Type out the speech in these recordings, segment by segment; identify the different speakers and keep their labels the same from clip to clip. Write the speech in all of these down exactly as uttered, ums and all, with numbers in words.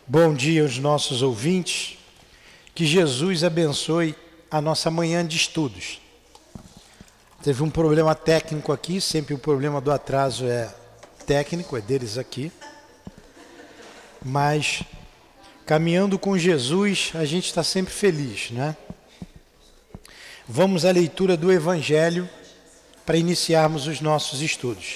Speaker 1: Bom dia aos nossos ouvintes, que Jesus abençoe a nossa manhã de estudos. Teve um problema técnico aqui, sempre o problema do atraso é técnico, é deles aqui. Mas, caminhando com Jesus, a gente está sempre feliz, né? Vamos à leitura do Evangelho para iniciarmos os nossos estudos.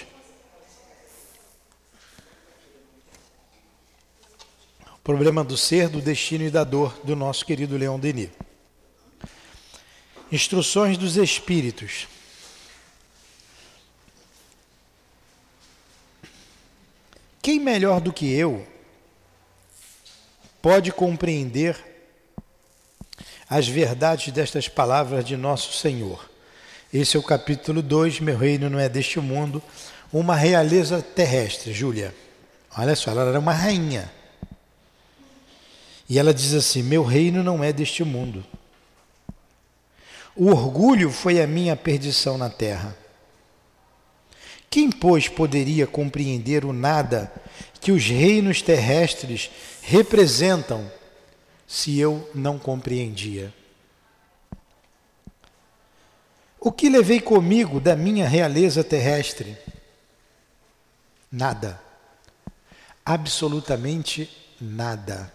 Speaker 1: O problema do ser, do destino e da dor do nosso querido Leon Denis. Instruções dos Espíritos. Quem melhor do que eu pode compreender as verdades destas palavras de nosso Senhor? Esse é o capítulo dois, meu reino não é deste mundo, uma realeza terrestre, Júlia. Olha só, ela era uma rainha. E ela diz assim, meu reino não é deste mundo. O orgulho foi a minha perdição na terra. Quem, pois, poderia compreender o nada que os reinos terrestres representam, se eu não compreendia? O que levei comigo da minha realeza terrestre? Nada. Absolutamente nada.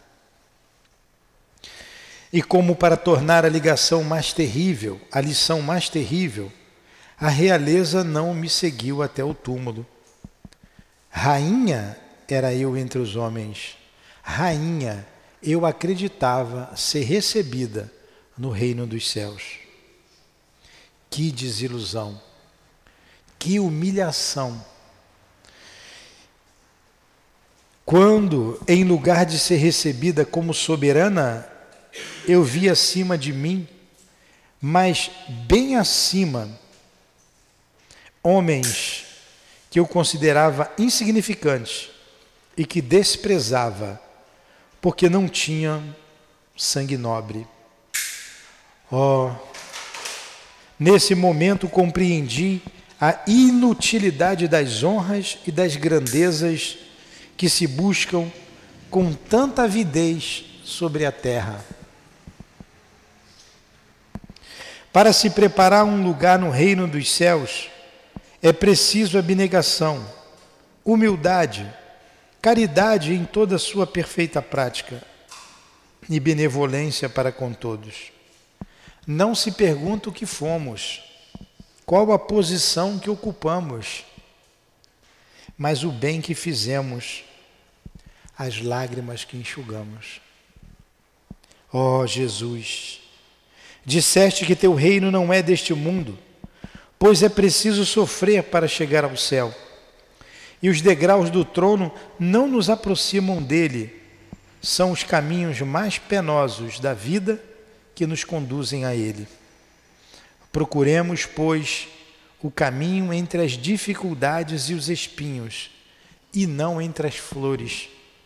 Speaker 1: E como para tornar a ligação mais terrível, a lição mais terrível, a realeza não me seguiu até o túmulo. Rainha era eu entre os homens. Rainha, eu acreditava ser recebida no reino dos céus. Que desilusão, que humilhação. Quando, em lugar de ser recebida como soberana, eu vi acima de mim, mas bem acima, homens que eu considerava insignificantes e que desprezava, porque não tinham sangue nobre. Oh, nesse momento compreendi a inutilidade das honras e das grandezas que se buscam com tanta avidez sobre a terra. Para se preparar um lugar no reino dos céus, é preciso abnegação, humildade, caridade em toda a sua perfeita prática e benevolência para com todos. Não se pergunta o que fomos, qual a posição que ocupamos, mas o bem que fizemos, as lágrimas que enxugamos. Ó Jesus, disseste que teu reino não é deste mundo, pois é preciso sofrer para chegar ao céu. E os degraus do trono não nos aproximam dele, são os caminhos mais penosos da vida que nos conduzem a ele. Procuremos, pois, o caminho entre as dificuldades e os espinhos, e não entre as flores.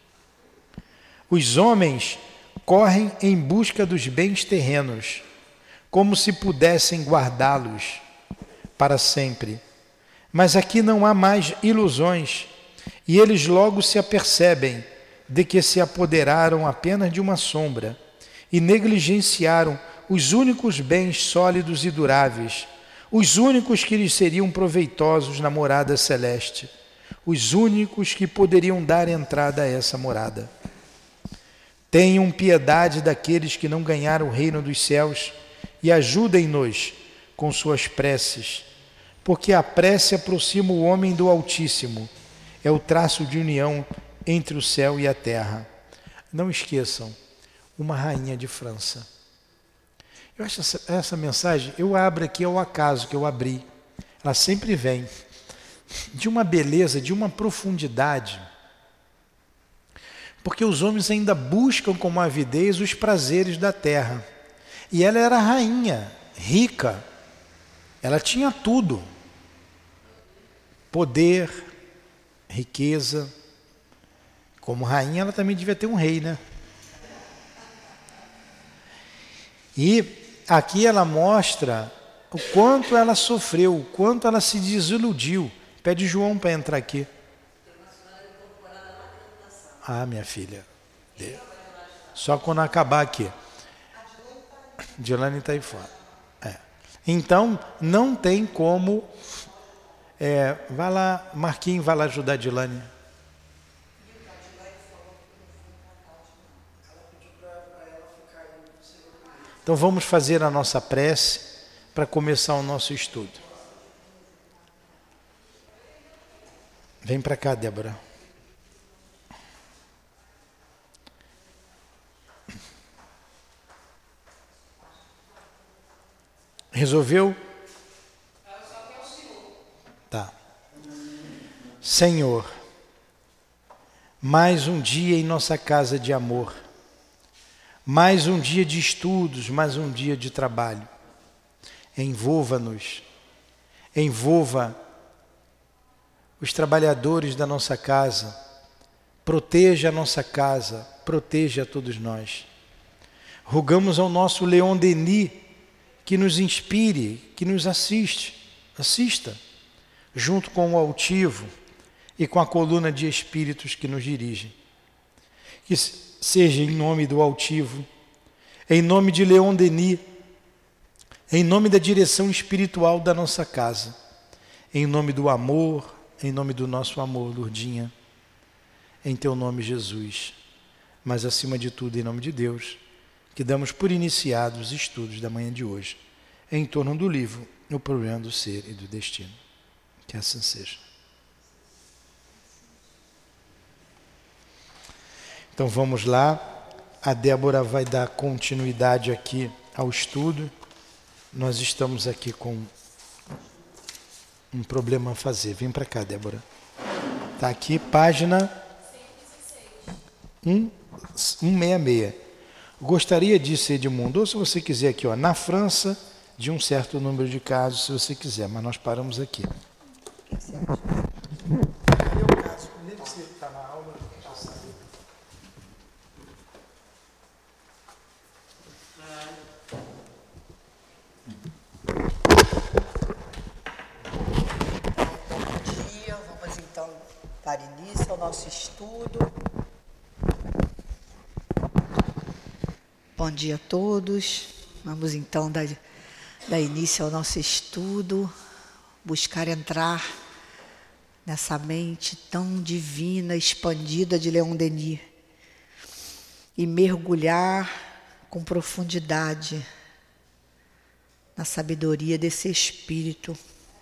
Speaker 1: Os homens correm em busca dos bens terrenos, como se pudessem guardá-los para sempre. Mas aqui não há mais ilusões, e eles logo se apercebem de que se apoderaram apenas de uma sombra e negligenciaram os únicos bens sólidos e duráveis, os únicos que lhes seriam proveitosos na morada celeste, os únicos que poderiam dar entrada a essa morada. Tenham piedade daqueles que não ganharam o reino dos céus e ajudem-nos com suas preces, porque a prece aproxima o homem do Altíssimo, é o traço de união entre o céu e a terra. Não esqueçam, uma rainha de França. Eu acho essa, essa mensagem, eu abro aqui ao acaso que eu abri, ela sempre vem de uma beleza, de uma profundidade, porque os homens ainda buscam com avidez os prazeres da terra. E ela era rainha, rica, ela tinha tudo, poder, riqueza. Como rainha ela também devia ter um rei, né? E aqui ela mostra o quanto ela sofreu, o quanto ela se desiludiu. Pede João para entrar aqui. Ah, minha filha, Só quando acabar aqui. Dilane está aí fora. É. Então, não tem como... É, vai lá, Marquinhos, vai lá ajudar a Dilane. Então vamos fazer a nossa prece para começar o nosso estudo. Vem para cá, Débora. Resolveu? Tá. Senhor, mais um dia em nossa casa de amor, mais um dia de estudos, mais um dia de trabalho. Envolva-nos, envolva os trabalhadores da nossa casa, proteja a nossa casa, proteja a todos nós. Rogamos ao nosso Leon Denis que nos inspire, que nos assiste, assista, junto com o altivo e com a coluna de espíritos que nos dirigem. Que seja em nome do altivo, em nome de Leon Denis, em nome da direção espiritual da nossa casa, em nome do amor, em nome do nosso amor, Lourdinha, em teu nome, Jesus, mas acima de tudo, em nome de Deus, que damos por iniciados os estudos da manhã de hoje, em torno do livro O Problema do Ser e do Destino. Que assim seja. Então vamos lá, a Débora vai dar continuidade aqui ao estudo. Nós estamos aqui com um problema a fazer. Vem para cá, Débora. Está aqui, página cento e sessenta e seis. Gostaria disso, Edmundo, ou se você quiser aqui, ó, na França, de um certo número de casos, se você quiser, mas nós paramos aqui. Cadê o caso? Nem você está na aula, já sabe.
Speaker 2: Bom dia, vamos então dar início ao nosso estudo. Bom dia a todos. Vamos então dar, dar início ao nosso estudo, buscar entrar nessa mente tão divina, expandida de Leon Denis e mergulhar com profundidade na sabedoria desse espírito.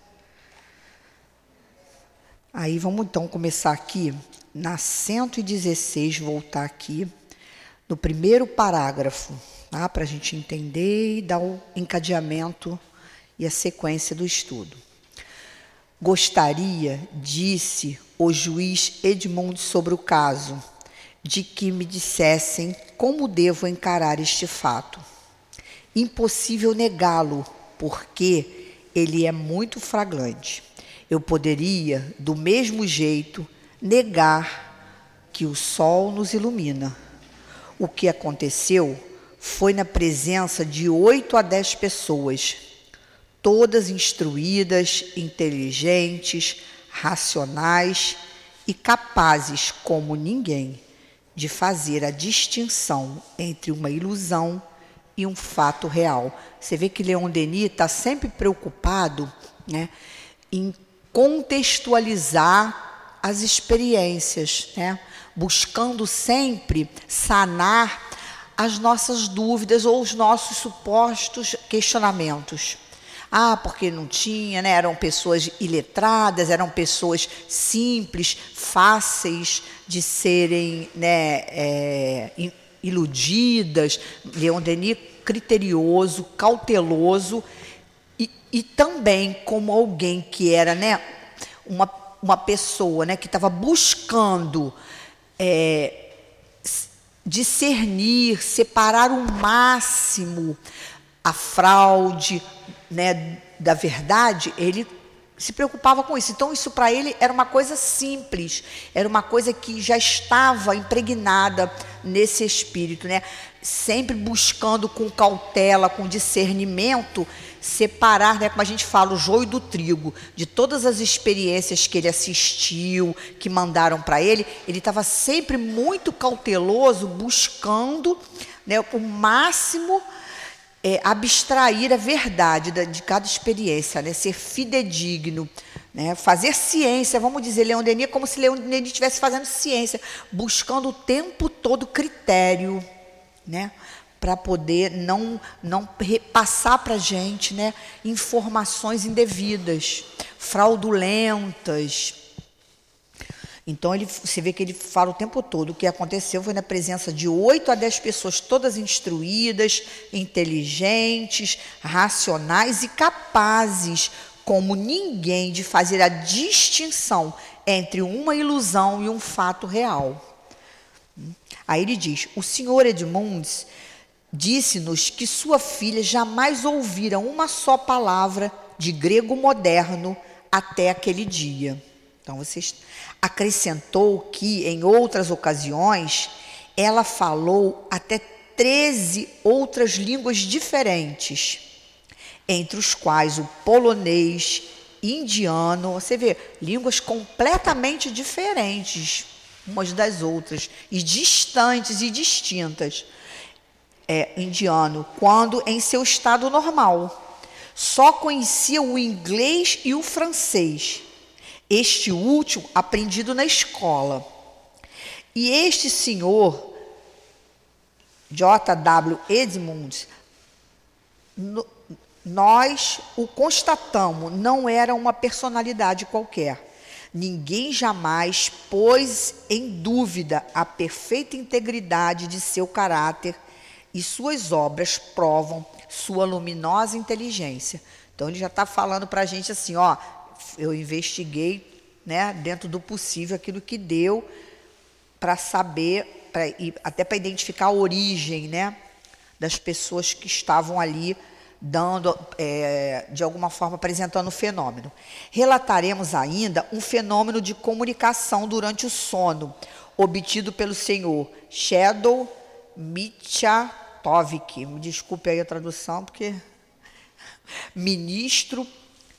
Speaker 2: Aí vamos então começar aqui na cento e dezesseis, voltar aqui no primeiro parágrafo, tá? Para a gente entender e dar o encadeamento e a sequência do estudo. Gostaria, disse o juiz Edmond sobre o caso, de que me dissessem como devo encarar este fato. Impossível negá-lo, porque ele é muito flagrante. Eu poderia, do mesmo jeito, negar que o sol nos ilumina. O que aconteceu foi na presença de oito a dez pessoas, todas instruídas, inteligentes, racionais e capazes, como ninguém, de fazer a distinção entre uma ilusão e um fato real. Você vê que Leon Denis está sempre preocupado, né, em contextualizar as experiências, né, buscando sempre sanar as nossas dúvidas ou os nossos supostos questionamentos. Ah, porque não tinha, né? Eram pessoas iletradas, eram pessoas simples, fáceis de serem, né, é, iludidas. Leon Denis, criterioso, cauteloso, e, e também como alguém que era, né, uma, uma pessoa, né, que estava buscando é, discernir, separar o máximo a fraude, né, da verdade. Ele se preocupava com isso. Então, isso para ele era uma coisa simples, era uma coisa que já estava impregnada nesse espírito, né? sempre buscando com cautela, com discernimento, separar, né, como a gente fala, o joio do trigo, de todas as experiências que ele assistiu, que mandaram para ele. Ele estava sempre muito cauteloso, buscando, né, o máximo é, abstrair a verdade da, de cada experiência, né, ser fidedigno, né, fazer ciência. Vamos dizer, Leon Denis, como se Leon Denis estivesse fazendo ciência, buscando o tempo todo critério, né, para poder não, não passar para a gente, né, informações indevidas, fraudulentas. Então, ele, você vê que ele fala o tempo todo. O que aconteceu foi na presença de oito a dez pessoas, todas instruídas, inteligentes, racionais e capazes, como ninguém, de fazer a distinção entre uma ilusão e um fato real. Aí ele diz, o senhor Edmunds disse-nos que sua filha jamais ouvira uma só palavra de grego moderno até aquele dia. Então, vocês acrescentou que, em outras ocasiões, ela falou até treze outras línguas diferentes, entre os quais o polonês, indiano, você vê, línguas completamente diferentes umas das outras, e distantes e distintas. É, indiano, quando em seu estado normal. Só conhecia o inglês e o francês, este último aprendido na escola. E este senhor, J W Edmunds, no, nós o constatamos, não era uma personalidade qualquer. Ninguém jamais pôs em dúvida a perfeita integridade de seu caráter, e suas obras provam sua luminosa inteligência. Então, ele já está falando para a gente assim, ó, eu investiguei, né, dentro do possível, aquilo que deu para saber, pra, e até para identificar a origem, né, das pessoas que estavam ali, dando, é, de alguma forma, apresentando o fenômeno. Relataremos ainda um fenômeno de comunicação durante o sono, obtido pelo senhor Shadow Michatovich, me desculpe aí a tradução, porque ministro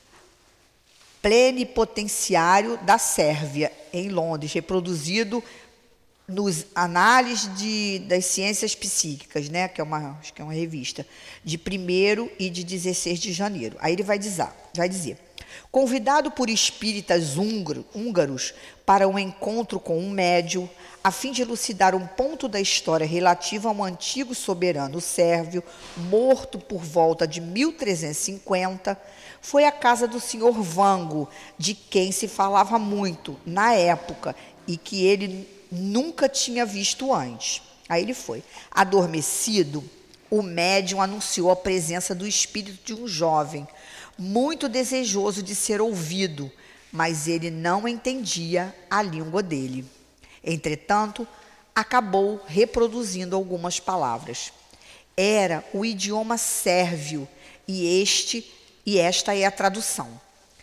Speaker 2: plenipotenciário da Sérvia, em Londres, reproduzido nos Análises de, das Ciências Psíquicas, né, que é uma, acho que é uma revista, de primeiro e de dezesseis de janeiro. Aí ele vai dizer, vai dizer convidado por espíritas húngaros para um encontro com um médium, a fim de elucidar um ponto da história relativa a um antigo soberano sérvio, morto por volta de mil trezentos e cinquenta, foi à casa do senhor Vango, de quem se falava muito na época e que ele nunca tinha visto antes. Aí ele foi. Adormecido, o médium anunciou a presença do espírito de um jovem, muito desejoso de ser ouvido, mas ele não entendia a língua dele. Entretanto, acabou reproduzindo algumas palavras. Era o idioma sérvio, e este e esta é a tradução.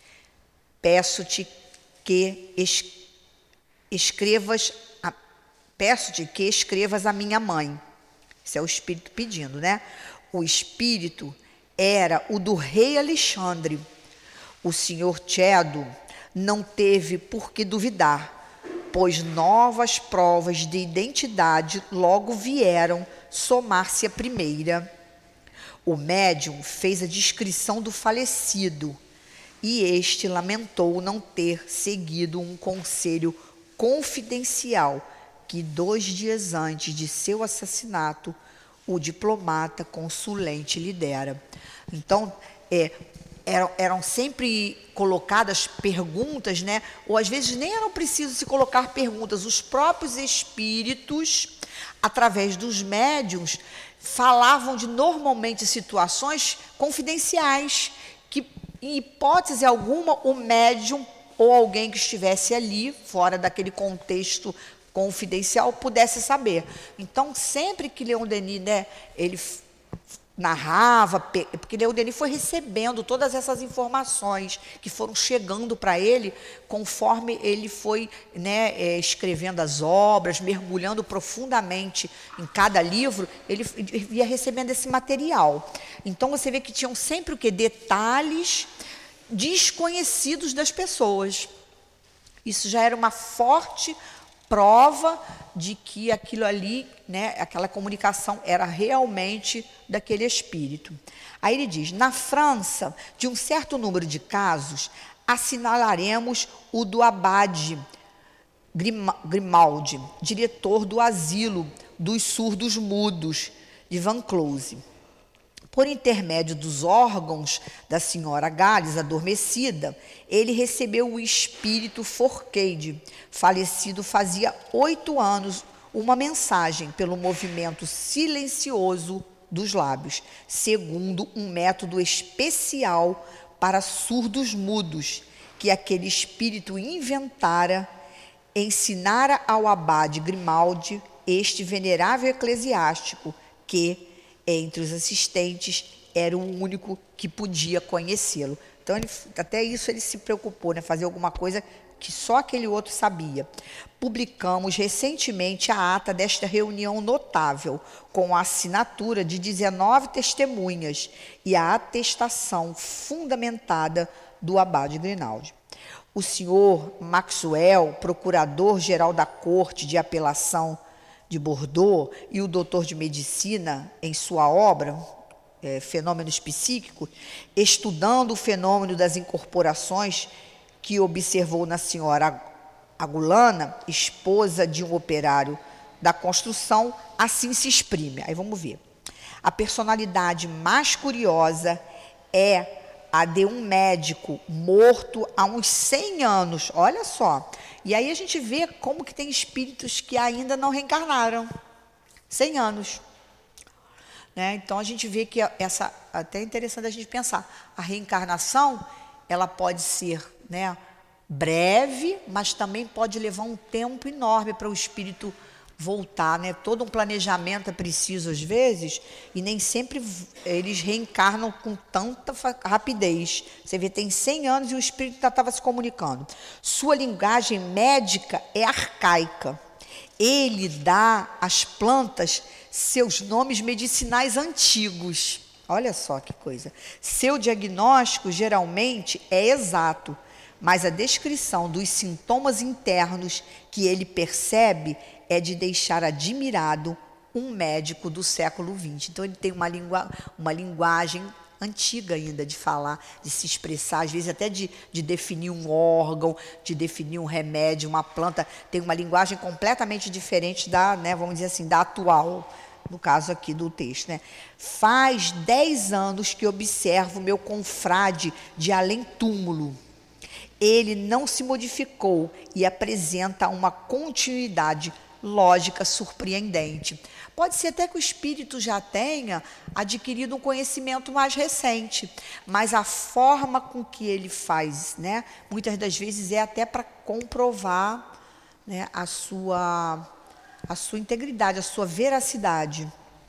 Speaker 2: Peço-te que es, escrevas, a, peço-te que escrevas a minha mãe. Isso é o espírito pedindo, né? O espírito era o do rei Alexandre. O senhor Chedo não teve por que duvidar, pois novas provas de identidade logo vieram somar-se à primeira. O médium fez a descrição do falecido e este lamentou não ter seguido um conselho confidencial que dois dias antes de seu assassinato o diplomata consulente lhe dera. Então, é, eram, eram sempre colocadas perguntas, né? Ou às vezes nem eram preciso se colocar perguntas. Os próprios espíritos, através dos médiuns, falavam de normalmente situações confidenciais, que em hipótese alguma o médium ou alguém que estivesse ali, fora daquele contexto confidencial, pudesse saber. Então, sempre que Leon Denis, né, ele narrava, porque Leon Denis foi recebendo todas essas informações que foram chegando para ele conforme ele foi, né, é, escrevendo as obras, mergulhando profundamente em cada livro, ele ia recebendo esse material. Então você vê que tinham sempre o quê? Detalhes desconhecidos das pessoas. Isso já era uma forte prova de que aquilo ali, né, aquela comunicação era realmente daquele espírito. Aí ele diz, na França, de um certo número de casos, assinalaremos o do abade Grimaldi, diretor do asilo dos surdos mudos de Van Close. Por intermédio dos órgãos da senhora Gales, adormecida, ele recebeu o espírito Forcade, falecido fazia oito anos, uma mensagem pelo movimento silencioso dos lábios, segundo um método especial para surdos mudos, que aquele espírito inventara, ensinara ao abade Grimaldi, este venerável eclesiástico, que entre os assistentes, era o único que podia conhecê-lo. Então, ele, até isso ele se preocupou, né, fazer alguma coisa que só aquele outro sabia. Publicamos recentemente a ata desta reunião notável, com a assinatura de dezenove testemunhas e a atestação fundamentada do abade Grimaldi. O senhor Maxwell, procurador-geral da Corte de Apelação de Bordeaux, e o doutor de medicina, em sua obra, é, Fenômenos Psíquicos, estudando o fenômeno das incorporações que observou na senhora Agulana, esposa de um operário da construção, assim se exprime. Aí vamos ver. A personalidade mais curiosa é a de um médico morto há uns cem anos, olha só. E aí a gente vê como que tem espíritos que ainda não reencarnaram, cem anos. Né? Então a gente vê que essa, até é interessante a gente pensar, a reencarnação, ela pode ser, né, breve, mas também pode levar um tempo enorme para o espírito voltar, né? Todo um planejamento é preciso às vezes, e nem sempre eles reencarnam com tanta rapidez. Você vê, tem cem anos e o espírito já estava se comunicando. Sua linguagem médica é arcaica. Ele dá às plantas seus nomes medicinais antigos. Olha só que coisa. Seu diagnóstico geralmente é exato, mas a descrição dos sintomas internos que ele percebe é de deixar admirado um médico do século vinte. Então, ele tem uma, lingua, uma linguagem antiga ainda de falar, de se expressar, às vezes até de, de definir um órgão, de definir um remédio, uma planta. Tem uma linguagem completamente diferente da, né, vamos dizer assim, da atual, no caso aqui do texto. Né? Faz dez anos que observo meu confrade de além-túmulo. Ele não se modificou e apresenta uma continuidade lógica surpreendente. Pode ser até que o espírito já tenha adquirido um conhecimento mais recente, mas a forma com que ele faz, né, muitas das vezes é até para comprovar, né, a sua, a sua integridade, a sua veracidade.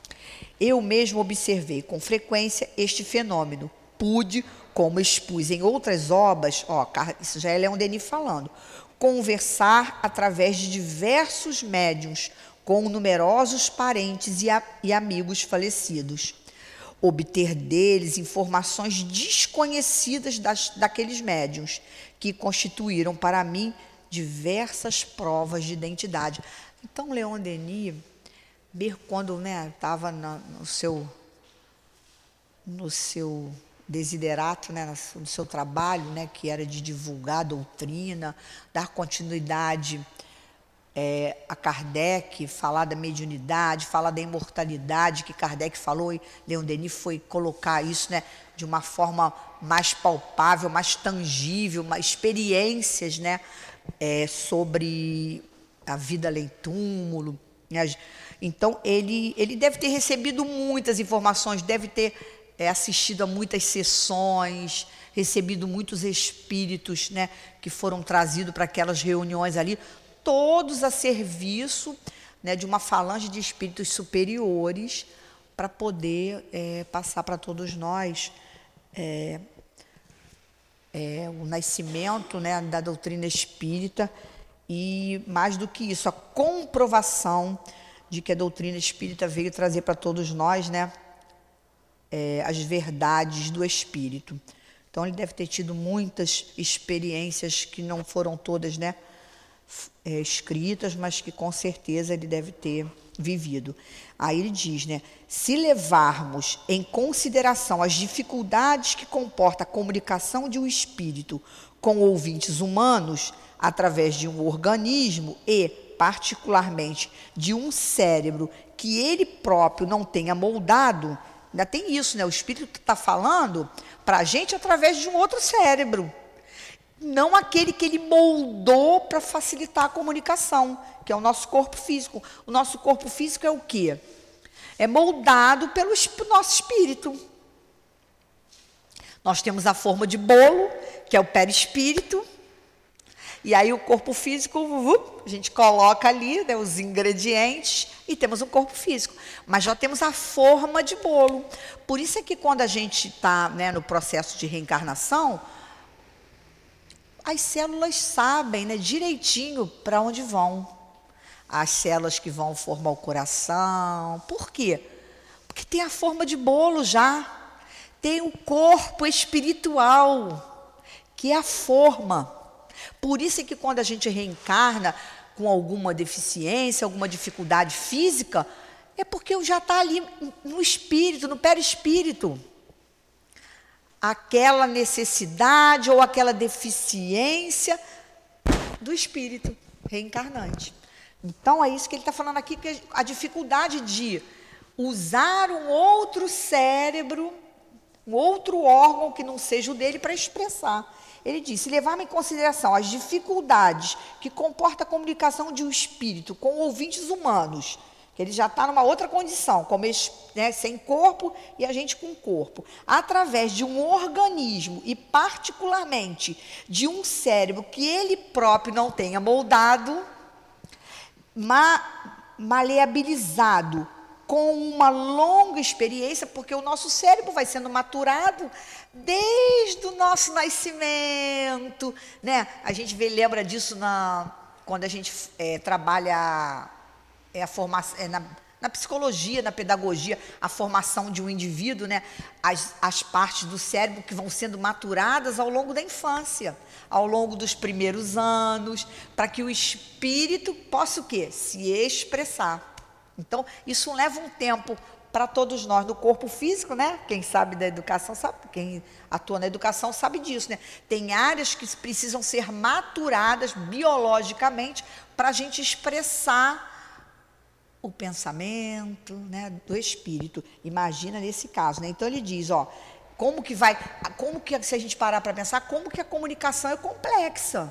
Speaker 2: Eu mesmo observei com frequência este fenômeno. Pude, como expus em outras obras, ó, isso já é Leon Denis falando, conversar através de diversos médiuns com numerosos parentes e, a, e amigos falecidos, obter deles informações desconhecidas das, daqueles médiuns, que constituíram para mim diversas provas de identidade. Então, Leon Denis, quando estava, né, no seu, no seu desiderato, né, no seu trabalho, né, que era de divulgar a doutrina, dar continuidade é, a Kardec, falar da mediunidade, falar da imortalidade que Kardec falou, e Leon Denis foi colocar isso, né, de uma forma mais palpável, mais tangível, mais experiências, né, é, sobre a vida além túmulo. Né? Então, ele, ele deve ter recebido muitas informações, deve ter É, assistido a muitas sessões, recebido muitos espíritos, né, que foram trazidos para aquelas reuniões ali, todos a serviço, né, de uma falange de espíritos superiores, para poder é, passar para todos nós é, é, o nascimento, né, da doutrina espírita e, mais do que isso, a comprovação de que a doutrina espírita veio trazer para todos nós, né, é, as verdades do espírito. Então, ele deve ter tido muitas experiências que não foram todas, né, é, escritas, mas que com certeza ele deve ter vivido. Aí ele diz, né, se levarmos em consideração as dificuldades que comporta a comunicação de um espírito com ouvintes humanos através de um organismo e, particularmente, de um cérebro que ele próprio não tenha moldado, ainda tem isso, né, o espírito está falando para a gente através de um outro cérebro, não aquele que ele moldou para facilitar a comunicação, que é o nosso corpo físico. O nosso corpo físico é o quê? É moldado pelo nosso espírito. Nós temos a forma de bolo, que é o perispírito, e aí o corpo físico, a gente coloca ali, né, os ingredientes e temos um corpo físico. Mas já temos a forma de bolo. Por isso é que quando a gente está, né, no processo de reencarnação, as células sabem, né, direitinho para onde vão. As células que vão formar o coração. Por quê? Porque tem a forma de bolo já. Tem o corpo espiritual, que é a forma. Por isso é que quando a gente reencarna com alguma deficiência, alguma dificuldade física, é porque já está ali no espírito, no perispírito. Aquela necessidade ou aquela deficiência do espírito reencarnante. Então, é isso que ele está falando aqui, que a dificuldade de usar um outro cérebro, um outro órgão que não seja o dele para expressar. Ele disse, levar em consideração as dificuldades que comporta a comunicação de um espírito com ouvintes humanos, que ele já está numa outra condição, como eles, né, sem corpo e a gente com corpo, através de um organismo e particularmente de um cérebro que ele próprio não tenha moldado, ma maleabilizado, com uma longa experiência, porque o nosso cérebro vai sendo maturado desde o nosso nascimento, né? A gente vê, lembra disso na, quando a gente é, trabalha é a formação, é na, na psicologia, na pedagogia, a formação de um indivíduo, né? As, as partes do cérebro que vão sendo maturadas ao longo da infância, ao longo dos primeiros anos, para que o espírito possa o quê? Se expressar. Então, isso leva um tempo para todos nós, no corpo físico, né? Quem sabe da educação, sabe, quem atua na educação sabe disso, né? Tem áreas que precisam ser maturadas biologicamente para a gente expressar o pensamento, né, do espírito. Imagina nesse caso, né? Então ele diz, ó, como que vai, como que, se a gente parar para pensar, como que a comunicação é complexa.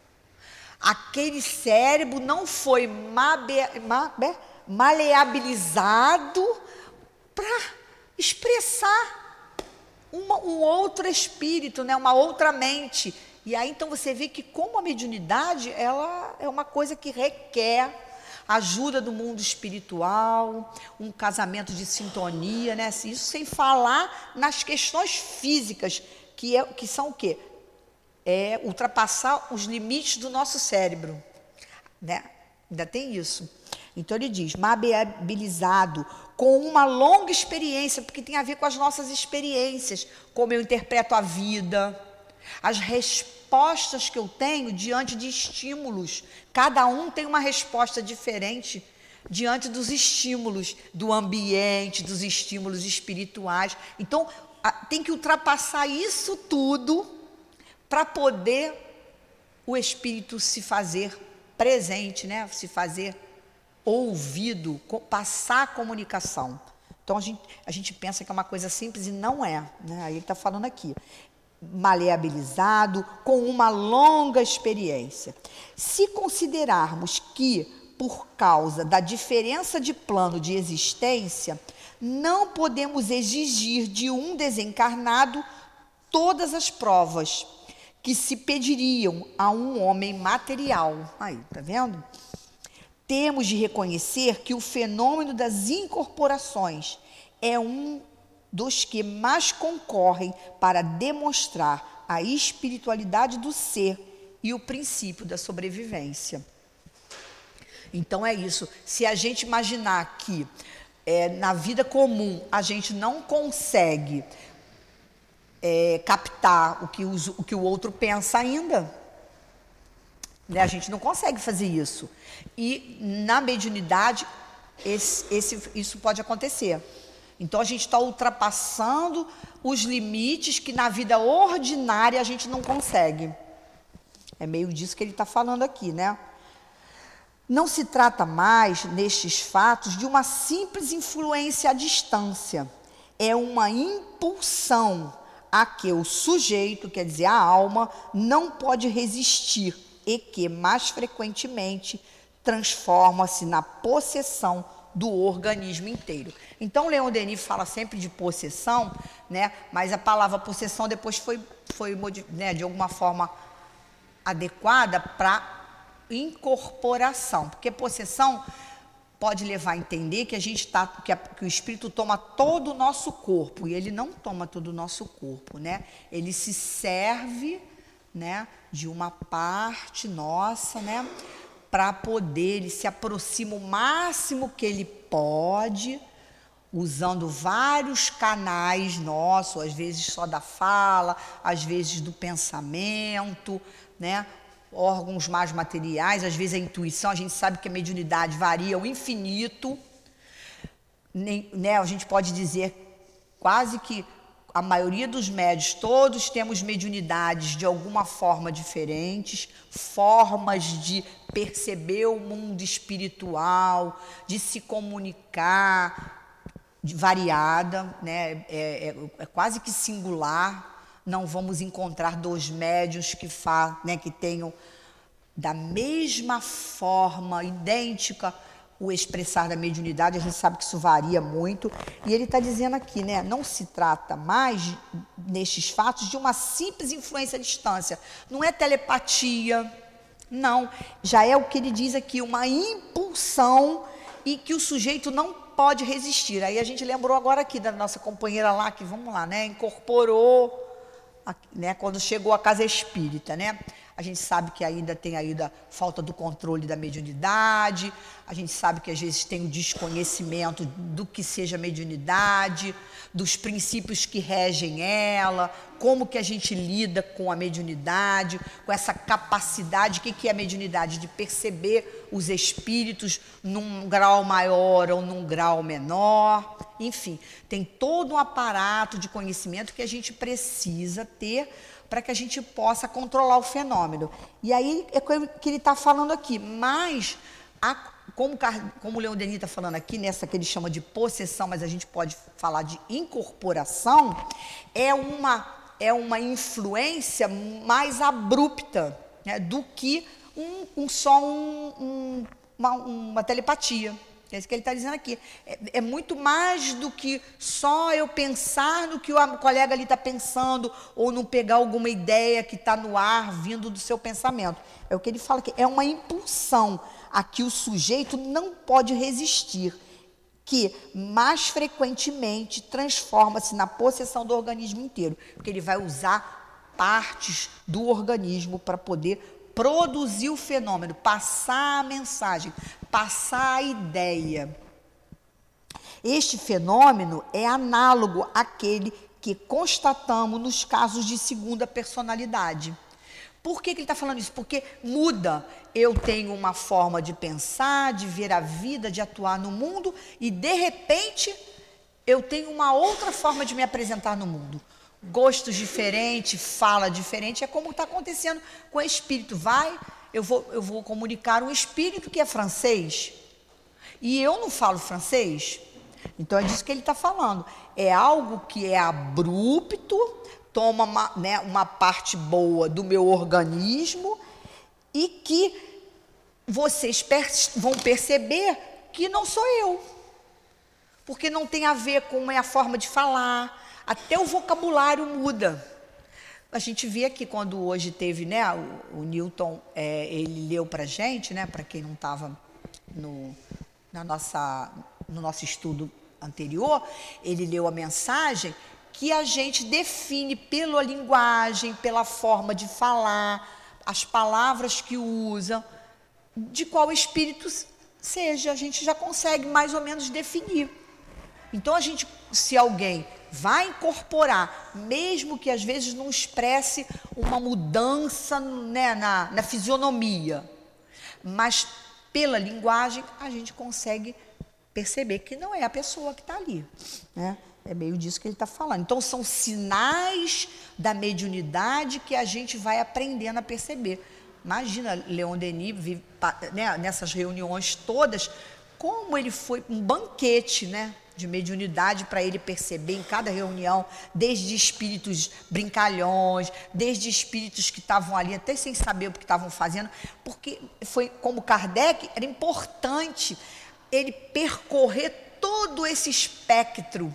Speaker 2: Aquele cérebro não foi mabe, mabe, maleabilizado para expressar uma, um outro espírito, né, uma outra mente. E aí então você vê que como a mediunidade, ela é uma coisa que requer ajuda do mundo espiritual, um casamento de sintonia, né? Isso sem falar nas questões físicas, que, é, que são o quê? É ultrapassar os limites do nosso cérebro, né? Ainda tem isso. Então ele diz, maleabilizado, com uma longa experiência, porque tem a ver com as nossas experiências, como eu interpreto a vida, as respostas que eu tenho diante de estímulos. Cada um tem uma resposta diferente diante dos estímulos do ambiente, dos estímulos espirituais. Então, tem que ultrapassar isso tudo para poder o espírito se fazer presente, né? Se fazer ouvido, passar a comunicação. Então, a gente, a gente pensa que é uma coisa simples e não é, né? Aí ele está falando aqui. Maleabilizado, com uma longa experiência. Se considerarmos que, por causa da diferença de plano de existência, não podemos exigir de um desencarnado todas as provas que se pediriam a um homem material. Aí, tá vendo? Temos de reconhecer que o fenômeno das incorporações é um dos que mais concorrem para demonstrar a espiritualidade do ser e o princípio da sobrevivência. Então é isso. Se a gente imaginar que é, na vida comum a gente não consegue é, captar o que, os, o que o outro pensa ainda, né? A gente não consegue fazer isso. E na mediunidade esse, esse, isso pode acontecer. Então a gente está ultrapassando os limites que na vida ordinária a gente não consegue. É meio disso que ele está falando aqui, né? Não se trata mais, nestes fatos, de uma simples influência à distância. É uma impulsão a que o sujeito, quer dizer, a alma, não pode resistir e que, mais frequentemente, transforma-se na possessão do organismo inteiro. Então, Leon Denis fala sempre de possessão, né? Mas a palavra possessão depois foi, foi né, de alguma forma adequada para incorporação, porque possessão pode levar a entender que a gente tá, que, a, que o espírito toma todo o nosso corpo, e ele não toma todo o nosso corpo, né? Ele se serve, né, de uma parte nossa, né, para poder, ele se aproxima o máximo que ele pode, usando vários canais nossos, às vezes só da fala, às vezes do pensamento, né? Órgãos mais materiais, às vezes a intuição, a gente sabe que a mediunidade varia ao infinito, nem, né, a gente pode dizer quase que a maioria dos médiuns, todos temos mediunidades de alguma forma diferentes, formas de perceber o mundo espiritual, de se comunicar, de variada, né, é, é, é quase que singular. Não vamos encontrar dois médiuns que, fa, né, que tenham da mesma forma, idêntica, o expressar da mediunidade. A gente sabe que isso varia muito. E ele está dizendo aqui, né, não se trata mais, nestes fatos, de uma simples influência à distância. Não é telepatia, não. Já é o que ele diz aqui, uma impulsão e que o sujeito não pode resistir. Aí a gente lembrou agora aqui da nossa companheira lá, que, vamos lá, né, incorporou... Né, quando chegou à casa espírita, né? A gente sabe que ainda tem ainda a falta do controle da mediunidade, a gente sabe que às vezes tem o desconhecimento do que seja mediunidade, dos princípios que regem ela, como que a gente lida com a mediunidade, com essa capacidade, o que que é a mediunidade? De perceber os espíritos num grau maior ou num grau menor, enfim, tem todo um aparato de conhecimento que a gente precisa ter para que a gente possa controlar o fenômeno. E aí é o que ele está falando aqui, mas a, como, como o Leon Denis está falando aqui, nessa que ele chama de possessão, mas a gente pode falar de incorporação, é uma, é uma influência mais abrupta, né, do que um, um, só um, um, uma, uma telepatia. É isso que ele está dizendo aqui. É, é muito mais do que só eu pensar no que o colega ali está pensando ou não pegar alguma ideia que está no ar vindo do seu pensamento. É o que ele fala aqui. É uma impulsão a que o sujeito não pode resistir, que mais frequentemente transforma-se na possessão do organismo inteiro, porque ele vai usar partes do organismo para poder produzir o fenômeno, passar a mensagem, passar a ideia. Este fenômeno é análogo àquele que constatamos nos casos de segunda personalidade. Por que que ele está falando isso? Porque muda. Eu tenho uma forma de pensar, de ver a vida, de atuar no mundo, e de repente eu tenho uma outra forma de me apresentar no mundo. Gostos diferentes, fala diferente, é como está acontecendo com o espírito. Vai, eu vou, eu vou comunicar um espírito que é francês, e eu não falo francês. Então é disso que ele está falando. É algo que é abrupto, toma uma, né, uma parte boa do meu organismo, e que vocês per- vão perceber que não sou eu, porque não tem a ver com a minha forma de falar. Até o vocabulário muda. A gente vê aqui quando hoje teve, né, o, o Newton, é, ele leu para a gente, né, para quem não estava no, na nossa, no nosso estudo anterior, ele leu a mensagem que a gente define pela linguagem, pela forma de falar, as palavras que usa, de qual espírito seja, a gente já consegue mais ou menos definir. Então, a gente, se alguém vai incorporar, mesmo que às vezes não expresse uma mudança, né, na, na fisionomia, mas pela linguagem a gente consegue perceber que não é a pessoa que está ali, né? É meio disso que ele está falando. Então, são sinais da mediunidade que a gente vai aprendendo a perceber. Imagina, Leon Denis, né, nessas reuniões todas, como ele foi um banquete, né, de mediunidade para ele perceber em cada reunião, desde espíritos brincalhões, desde espíritos que estavam ali até sem saber o que estavam fazendo, porque foi como Kardec, era importante ele percorrer todo esse espectro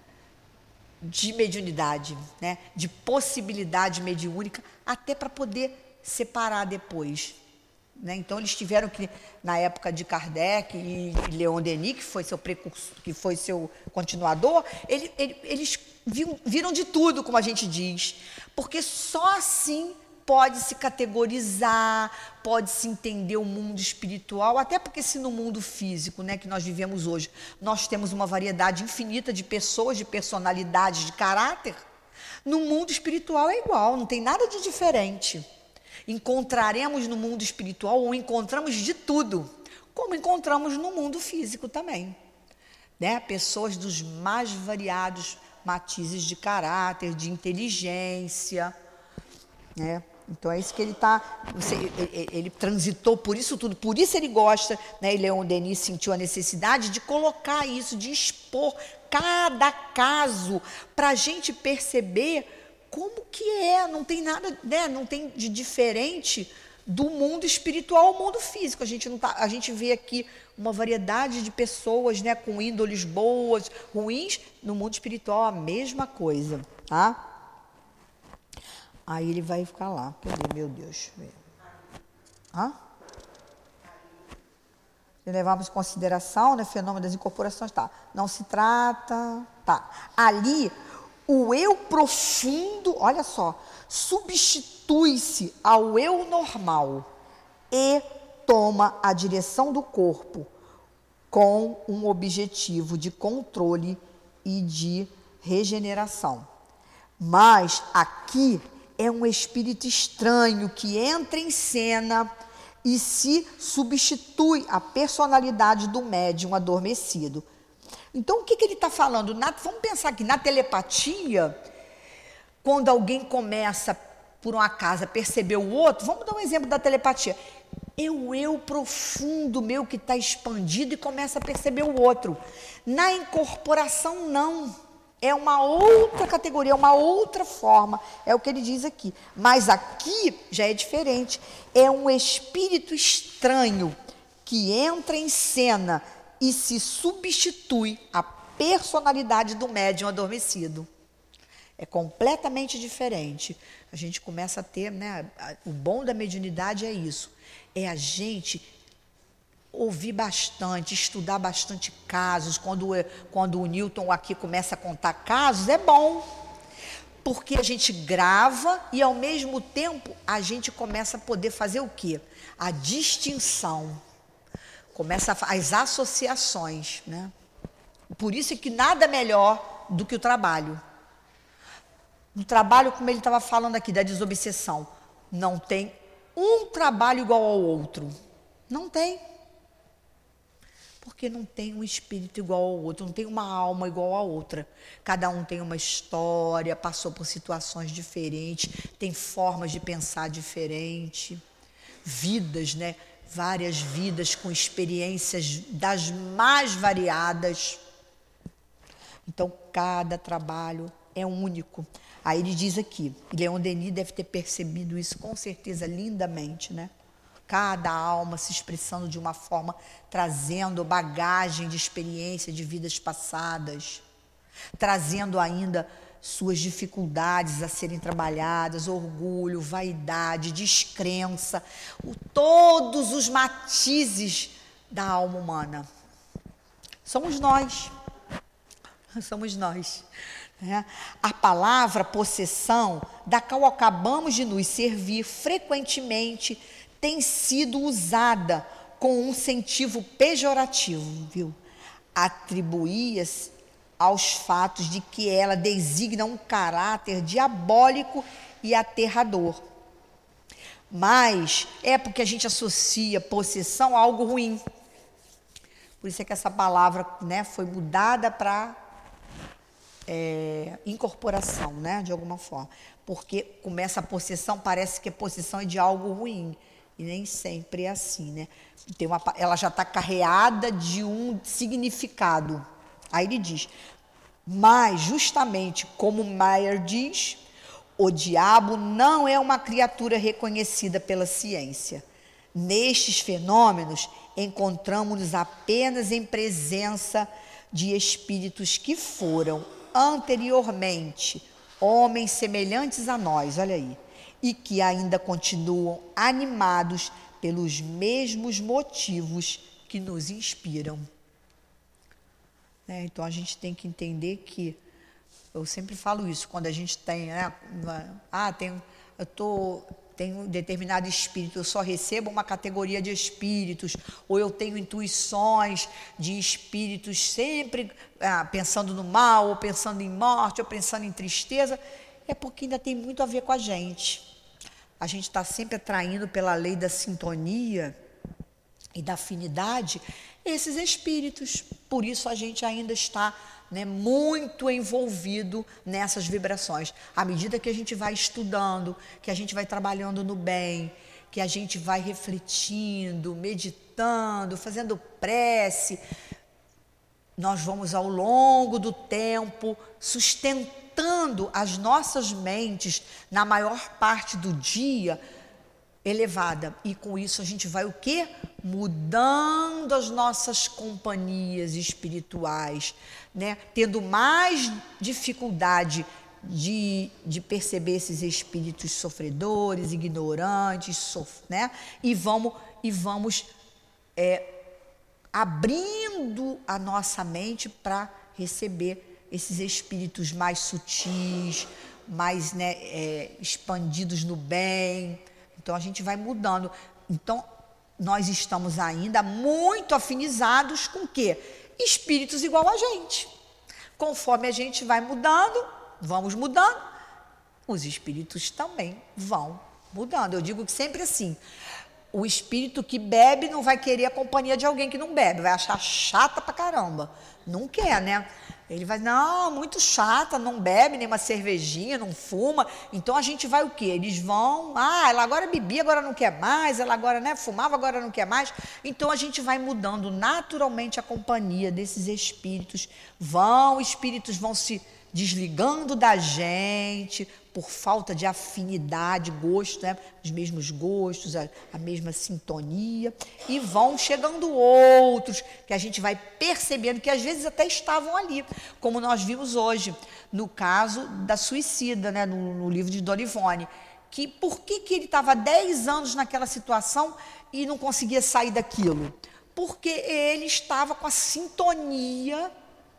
Speaker 2: de mediunidade, né, de possibilidade mediúnica, até para poder separar depois, né? Então eles tiveram que, na época de Kardec e Leon Denis, que foi seu precursor, que foi seu continuador, ele, ele, eles viram, viram de tudo, como a gente diz, porque só assim pode se categorizar, pode se entender o mundo espiritual, até porque se no mundo físico, né, que nós vivemos hoje, nós temos uma variedade infinita de pessoas, de personalidades, de caráter, no mundo espiritual é igual, não tem nada de diferente. Encontraremos no mundo espiritual, ou encontramos de tudo, como encontramos no mundo físico também, né? Pessoas dos mais variados matizes de caráter, de inteligência, né? Então é isso que ele está, ele, ele transitou por isso tudo, por isso ele gosta, né? E Leon Denis sentiu a necessidade de colocar isso, de expor cada caso, para a gente perceber como que é, não tem nada, né? Não tem de diferente do mundo espiritual ao mundo físico. A gente, não tá, a gente vê aqui uma variedade de pessoas, né, com índoles boas, ruins, no mundo espiritual a mesma coisa, tá? Aí ele vai ficar lá. Cadê, meu Deus? Hã? Se levarmos em consideração, né, fenômeno das incorporações, tá. Não se trata, tá. Ali, o eu profundo, olha só, substitui-se ao eu normal e toma a direção do corpo com um objetivo de controle e de regeneração. Mas aqui é um espírito estranho que entra em cena e se substitui à personalidade do médium adormecido. Então, o que, que ele está falando? Na, vamos pensar aqui, na telepatia, quando alguém começa, por um acaso, a perceber o outro, vamos dar um exemplo da telepatia. É o eu profundo meu que está expandido e começa a perceber o outro. Na incorporação, não. É uma outra categoria, uma outra forma, é o que ele diz aqui. Mas aqui já é diferente. É um espírito estranho que entra em cena e se substitui à personalidade do médium adormecido. É completamente diferente. A gente começa a ter, né, o bom da mediunidade é isso. É a gente ouvir bastante, estudar bastante casos. Quando, quando o Newton aqui começa a contar casos, é bom, porque a gente grava e, ao mesmo tempo, a gente começa a poder fazer o quê? A distinção. Começa a, as associações, né? Por isso é que nada melhor do que o trabalho. O trabalho, como ele estava falando aqui, da desobsessão, não tem um trabalho igual ao outro. Não tem. Porque não tem um espírito igual ao outro, não tem uma alma igual à outra. Cada um tem uma história, passou por situações diferentes, tem formas de pensar diferentes, vidas, né? Várias vidas com experiências das mais variadas. Então, cada trabalho é único. Aí ele diz aqui, Leon Denis deve ter percebido isso com certeza lindamente, né? Cada alma se expressando de uma forma, trazendo bagagem de experiência de vidas passadas, trazendo ainda suas dificuldades a serem trabalhadas, orgulho, vaidade, descrença, o, todos os matizes da alma humana. Somos nós. Somos nós. Né? A palavra possessão, da qual acabamos de nos servir frequentemente, tem sido usada com um sentido pejorativo, viu? Atribuía-se aos fatos de que ela designa um caráter diabólico e aterrador. Mas é porque a gente associa possessão a algo ruim. Por isso é que essa palavra, né, foi mudada para é, incorporação, né, de alguma forma. Porque começa a possessão, parece que a possessão é de algo ruim. E nem sempre é assim, né? Tem uma, ela já está carreada de um significado. Aí ele diz, mas justamente como Meyer diz, o diabo não é uma criatura reconhecida pela ciência. Nestes fenômenos, encontramos-nos apenas em presença de espíritos que foram anteriormente homens semelhantes a nós, olha aí, e que ainda continuam animados pelos mesmos motivos que nos inspiram. É, então a gente tem que entender que, eu sempre falo isso, quando a gente tem, né, ah, tem, eu tô, tenho um determinado espírito, eu só recebo uma categoria de espíritos, ou eu tenho intuições de espíritos sempre ah, pensando no mal, ou pensando em morte, ou pensando em tristeza, é porque ainda tem muito a ver com a gente. A gente está sempre atraindo pela lei da sintonia e da afinidade esses espíritos. Por isso a gente ainda está, né, muito envolvido nessas vibrações. À medida que a gente vai estudando, que a gente vai trabalhando no bem, que a gente vai refletindo, meditando, fazendo prece, nós vamos ao longo do tempo sustentando as nossas mentes na maior parte do dia elevada. E com isso a gente vai o quê? Mudando as nossas companhias espirituais, né? Tendo mais dificuldade de, de perceber esses espíritos sofredores, ignorantes, sof, né? E vamos, e vamos é, abrindo a nossa mente para receber esses espíritos mais sutis, mais, né, é, expandidos no bem. Então a gente vai mudando. Então nós estamos ainda muito afinizados com o quê? Espíritos igual a gente. Conforme a gente vai mudando, vamos mudando, os espíritos também vão mudando. Eu digo que sempre assim, o espírito que bebe não vai querer a companhia de alguém que não bebe, vai achar chata pra caramba. Não quer, né? Ele vai, não, muito chata, não bebe nem uma cervejinha, não fuma. Então a gente vai o quê? Eles vão, ah, ela agora bebia, agora não quer mais, ela agora, né, fumava, agora não quer mais. Então a gente vai mudando naturalmente a companhia desses espíritos. Vão, espíritos vão se desligando da gente por falta de afinidade, gosto, né? Os mesmos gostos, a, a mesma sintonia, e vão chegando outros que a gente vai percebendo que às vezes até estavam ali, como nós vimos hoje no caso da suicida, né? no, no livro de Dona Ivone, que por que, que ele estava dez anos naquela situação e não conseguia sair daquilo? Porque ele estava com a sintonia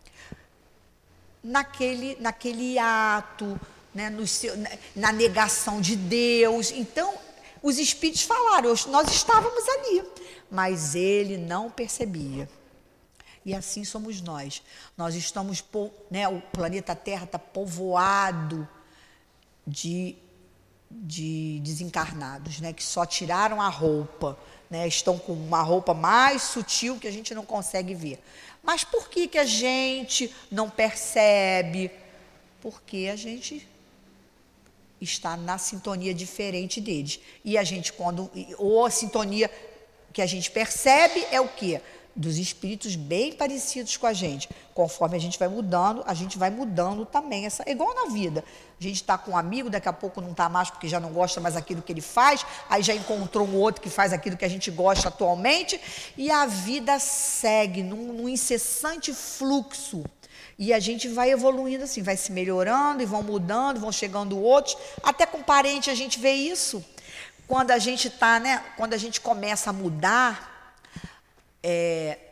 Speaker 2: naquele, naquele ato, né, no seu, na negação de Deus. Então, os espíritos falaram, nós estávamos ali, mas ele não percebia. E assim somos nós. Nós estamos, né, o planeta Terra está povoado de, de desencarnados, né, que só tiraram a roupa, né, estão com uma roupa mais sutil que a gente não consegue ver. Mas por que, que a gente não percebe? Porque a gente está na sintonia diferente deles. E a gente, quando. Ou a sintonia que a gente percebe é o quê? Dos espíritos bem parecidos com a gente. Conforme a gente vai mudando, a gente vai mudando também. Essa, é igual na vida. A gente está com um amigo, daqui a pouco não está mais porque já não gosta mais daquilo que ele faz, aí já encontrou um outro que faz aquilo que a gente gosta atualmente, e a vida segue num, num incessante fluxo. E a gente vai evoluindo assim, vai se melhorando e vão mudando, vão chegando outros. Até com parente a gente vê isso. Quando a gente tá, né, quando a gente começa a mudar, é,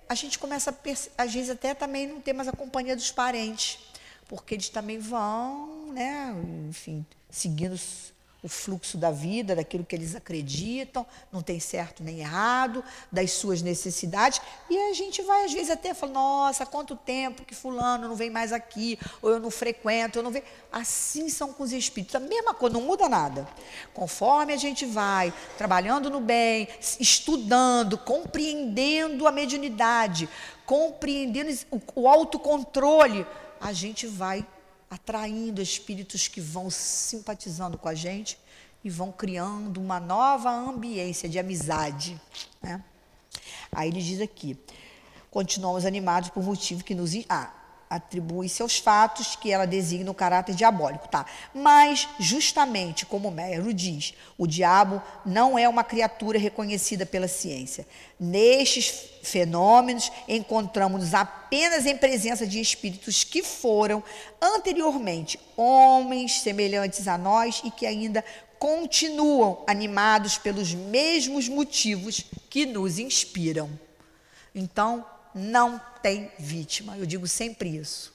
Speaker 2: a gente começa, a, às vezes, até também não ter mais a companhia dos parentes, porque eles também vão, né, enfim, seguindo o fluxo da vida, daquilo que eles acreditam, não tem certo nem errado, das suas necessidades, e a gente vai, às vezes, até falar, nossa, há quanto tempo que fulano não vem mais aqui, ou eu não frequento, eu não vejo. Assim são com os espíritos, a mesma coisa, não muda nada. Conforme a gente vai trabalhando no bem, estudando, compreendendo a mediunidade, compreendendo o, o autocontrole, a gente vai atraindo espíritos que vão simpatizando com a gente e vão criando uma nova ambiência de amizade, né? Aí ele diz aqui, continuamos animados por motivo que nos ah, atribui-se aos fatos que ela designa o caráter diabólico, tá? Mas, justamente como Meyer diz, o diabo não é uma criatura reconhecida pela ciência. Nestes fenômenos, encontramos-nos apenas em presença de espíritos que foram, anteriormente, homens semelhantes a nós e que ainda continuam animados pelos mesmos motivos que nos inspiram. Então, não tem vítima, eu digo sempre isso.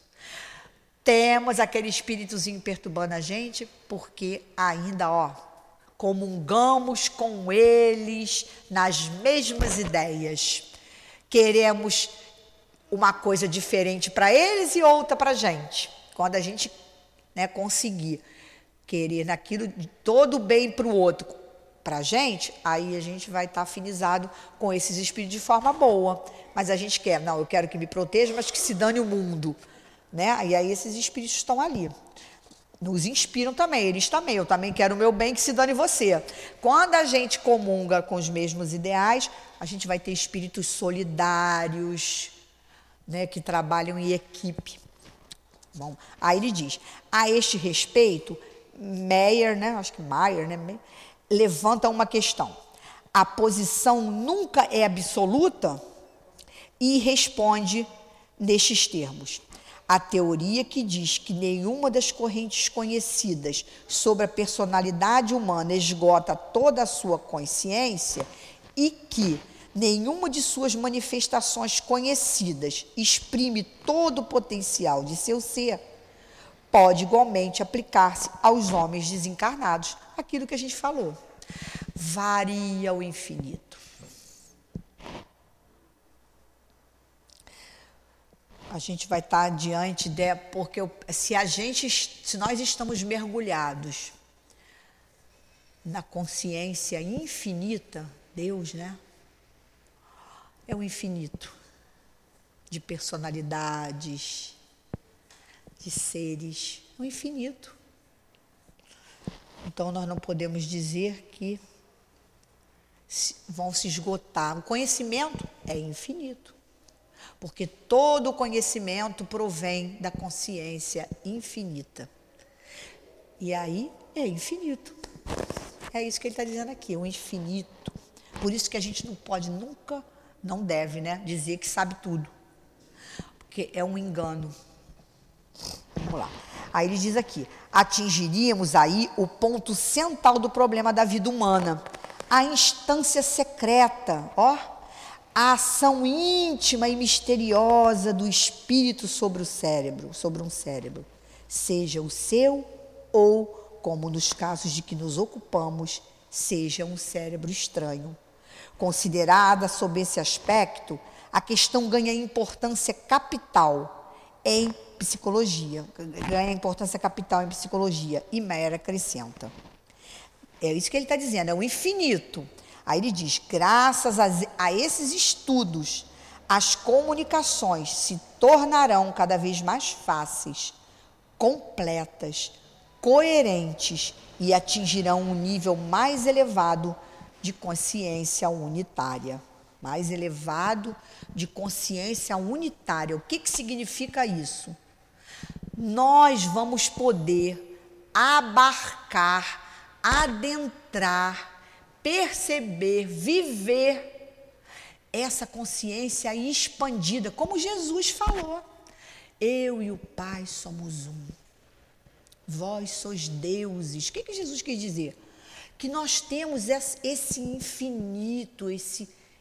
Speaker 2: Temos aquele espíritozinho perturbando a gente, porque ainda, ó, comungamos com eles nas mesmas ideias. Queremos uma coisa diferente para eles e outra para a gente. Quando a gente, né, conseguir querer naquilo de todo o bem para o outro, para a gente, aí a gente vai estar afinizado com esses espíritos de forma boa. Mas a gente quer, não, eu quero que me proteja, mas que se dane o mundo, né? E aí esses espíritos estão ali. Nos inspiram também, eles também, eu também quero o meu bem, que se dane você. Quando a gente comunga com os mesmos ideais, a gente vai ter espíritos solidários, né, que trabalham em equipe. Bom, aí ele diz, a este respeito, Meyer, né, acho que Meyer, né, levanta uma questão. A posição nunca é absoluta? E responde nestes termos. A teoria que diz que nenhuma das correntes conhecidas sobre a personalidade humana esgota toda a sua consciência e que nenhuma de suas manifestações conhecidas exprime todo o potencial de seu ser, pode igualmente aplicar-se aos homens desencarnados. Aquilo que a gente falou. Varia ao infinito. A gente vai estar diante de, porque se a gente, se nós estamos mergulhados na consciência infinita, Deus, né? É o infinito de personalidades, de seres, é o infinito. Então nós não podemos dizer que vão se esgotar. O conhecimento é infinito. Porque todo o conhecimento provém da consciência infinita. E aí é infinito. É isso que ele está dizendo aqui, o infinito. Por isso que a gente não pode nunca, não deve, né, dizer que sabe tudo. Porque é um engano. Vamos lá. Aí ele diz aqui, atingiríamos aí o ponto central do problema da vida humana. A instância secreta, ó. A ação íntima e misteriosa do espírito sobre o cérebro, sobre um cérebro, seja o seu ou, como nos casos de que nos ocupamos, seja um cérebro estranho. Considerada sob esse aspecto, a questão ganha importância capital em psicologia, ganha importância capital em psicologia, e Meyer acrescenta. É isso que ele está dizendo, é o infinito. Aí ele diz, graças a, a esses estudos, as comunicações se tornarão cada vez mais fáceis, completas, coerentes e atingirão um nível mais elevado de consciência unitária. Mais elevado de consciência unitária. O que, que significa isso? Nós vamos poder abarcar, adentrar, perceber, viver essa consciência expandida, como Jesus falou. Eu e o Pai somos um. Vós sois deuses. O que, que Jesus quis dizer? Que nós temos esse infinito, esse,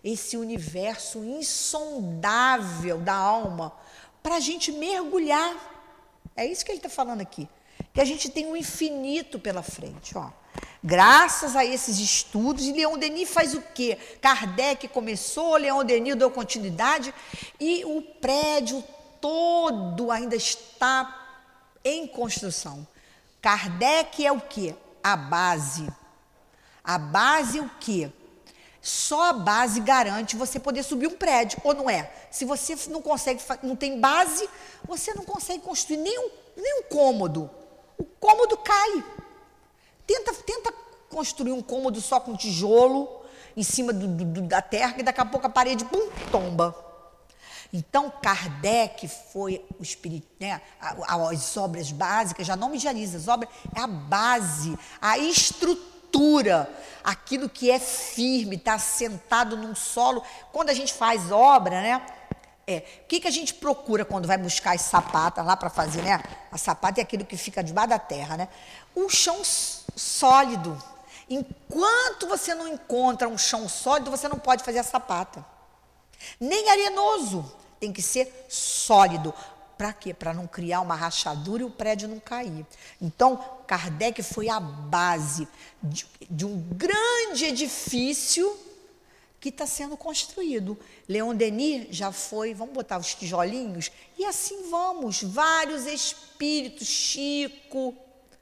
Speaker 2: esse universo insondável da alma, para a gente mergulhar. É isso que ele está falando aqui, que a gente tem um infinito pela frente, ó. Graças a esses estudos, e Leon Denis faz o quê? Kardec começou, Leon Denis deu continuidade, e o prédio todo ainda está em construção. Kardec é o quê? A base. A base é o quê? Só a base garante você poder subir um prédio, ou não é? Se você não consegue, não tem base, você não consegue construir nenhum, nenhum cômodo. O cômodo cai. Tenta, tenta construir um cômodo só com tijolo em cima do, do, da terra, e daqui a pouco a parede, pum, tomba. Então, Kardec foi o espírito, né? As obras básicas, já não medianiza, as obras é a base, a estrutura, aquilo que é firme, está assentado num solo. Quando a gente faz obra, né? É, o que, que a gente procura quando vai buscar as sapatas lá para fazer, né? A sapata é aquilo que fica debaixo da terra, né? Um chão sólido. Enquanto você não encontra um chão sólido, você não pode fazer a sapata. Nem arenoso. Tem que ser sólido. Para quê? Para não criar uma rachadura e o prédio não cair. Então, Kardec foi a base de, de um grande edifício que está sendo construído. Leon Denis já foi, vamos botar os tijolinhos, e assim vamos. Vários espíritos, Chico,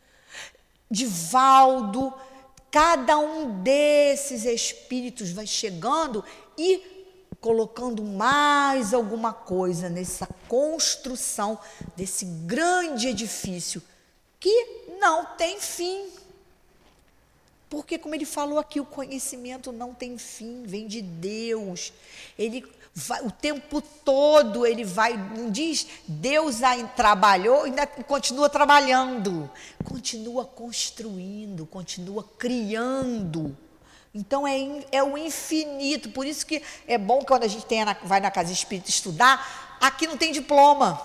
Speaker 2: Divaldo, cada um desses espíritos vai chegando e colocando mais alguma coisa nessa construção desse grande edifício que não tem fim. Porque, como ele falou aqui, o conhecimento não tem fim, vem de Deus. Ele vai, o tempo todo ele vai, não diz, Deus aí trabalhou, ainda continua trabalhando, continua construindo, continua criando. Então, é, é o infinito. Por isso que é bom que quando a gente tem, vai na casa espírita estudar, aqui não tem diploma.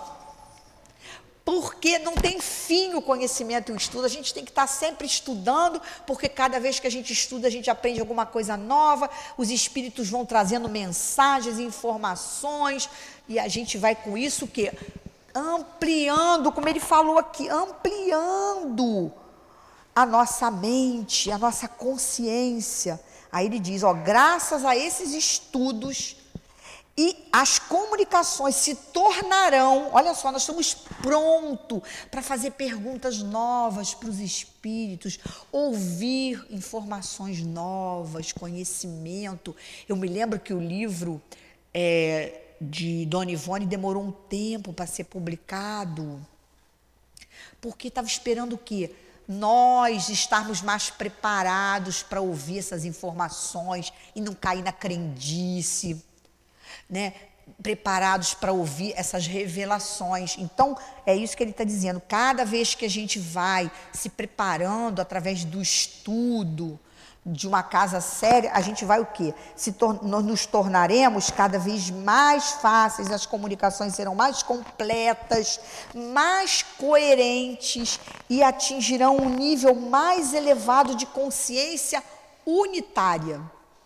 Speaker 2: Porque não tem fim o conhecimento e o estudo. A gente tem que estar sempre estudando, porque cada vez que a gente estuda, a gente aprende alguma coisa nova, os espíritos vão trazendo mensagens, informações, e a gente vai com isso o quê? Ampliando, como ele falou aqui, ampliando a nossa mente, a nossa consciência. Aí ele diz, ó, graças a esses estudos e as comunicações se tornarão, olha só, nós estamos prontos para fazer perguntas novas para os espíritos, ouvir informações novas, conhecimento. Eu me lembro que o livro é, de Dona Ivone demorou um tempo para ser publicado, porque estava esperando o quê? Nós estarmos mais preparados para ouvir essas informações e não cair na crendice, né? Preparados para ouvir essas revelações. Então, é isso que ele está dizendo. Cada vez que a gente vai se preparando através do estudo de uma casa séria, a gente vai o quê? Se tor- nós nos tornaremos cada vez mais fáceis, as comunicações serão mais completas, mais coerentes e atingirão um nível mais elevado de consciência unitária.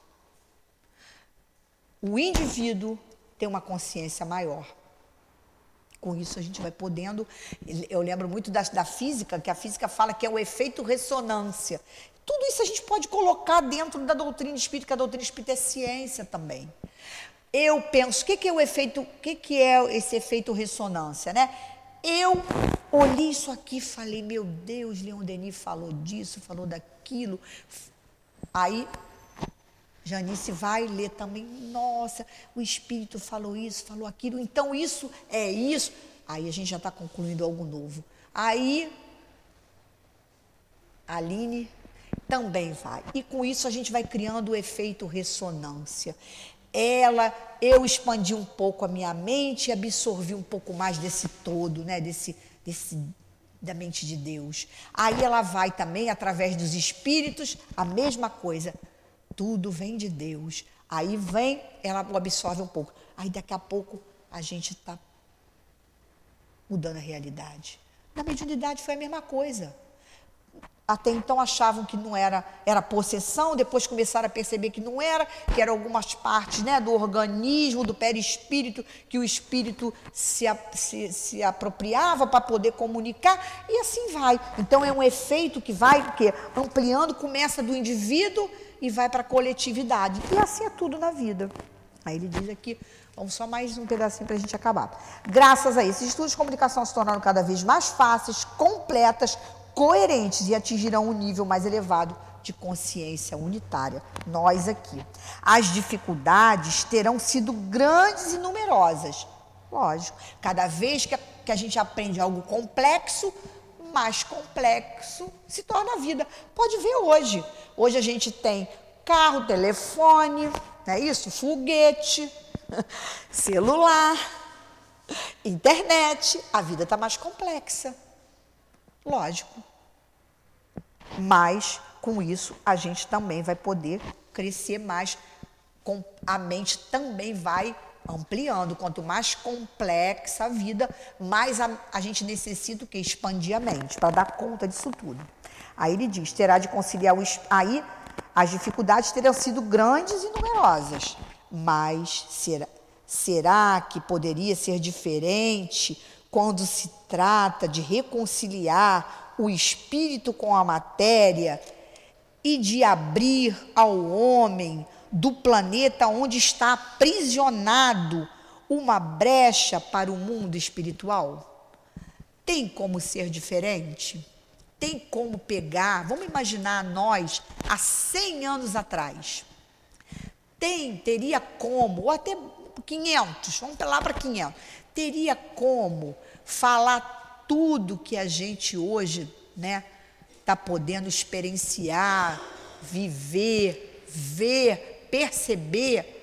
Speaker 2: O indivíduo tem uma consciência maior. Com isso a gente vai podendo, eu lembro muito da, da física, que a física fala que é o efeito ressonância. Tudo isso a gente pode colocar dentro da doutrina espírita, que a doutrina espírita é ciência também. Eu penso, o que, que é o efeito, o que, que é esse efeito ressonância, né? Eu olhei isso aqui e falei, meu Deus, Leon Denis falou disso, falou daquilo. Aí Janice vai ler também, nossa, o Espírito falou isso, falou aquilo, então isso é isso. Aí a gente já está concluindo algo novo. Aí, a Aline também vai. E com isso a gente vai criando o efeito ressonância. Ela, eu expandi um pouco a minha mente e absorvi um pouco mais desse todo, né? desse, desse, da mente de Deus. Aí ela vai também, através dos espíritos, a mesma coisa. Tudo vem de Deus. Aí vem, ela absorve um pouco. Aí daqui a pouco a gente está mudando a realidade. Na mediunidade foi a mesma coisa. até então achavam que não era, era possessão, depois começaram a perceber que não era, que eram algumas partes, né, do organismo, do perispírito, que o espírito se, se, se apropriava para poder comunicar, e assim vai. Então é um efeito que vai que, ampliando, começa do indivíduo e vai para a coletividade. E assim é tudo na vida. Aí ele diz aqui, vamos só mais um pedacinho para a gente acabar. Graças a esses estudos de comunicação se tornaram cada vez mais fáceis, completas, coerentes e atingirão um nível mais elevado de consciência unitária. Nós aqui. As dificuldades terão sido grandes e numerosas. Lógico. Cada vez que a, que a gente aprende algo complexo, mais complexo se torna a vida. Pode ver hoje. Hoje a gente tem carro, telefone, não é isso? Foguete, celular, internet. A vida está mais complexa. Lógico. Mas, com isso, a gente também vai poder crescer mais. Com, a mente também vai ampliando. Quanto mais complexa a vida, mais a, a gente necessita o quê? Expandir a mente, para dar conta disso tudo. Aí ele diz, terá de conciliar o... Aí, as dificuldades terão sido grandes e numerosas. Mas, será, será que poderia ser diferente quando se trata de reconciliar o espírito com a matéria e de abrir ao homem do planeta onde está aprisionado uma brecha para o mundo espiritual? Tem como ser diferente? Tem como pegar? Vamos imaginar nós há cem anos atrás. Tem, teria como, ou até quinhentos, vamos lá para quinhentos. Teria como falar tudo que a gente hoje, né, está podendo experienciar, viver, ver, perceber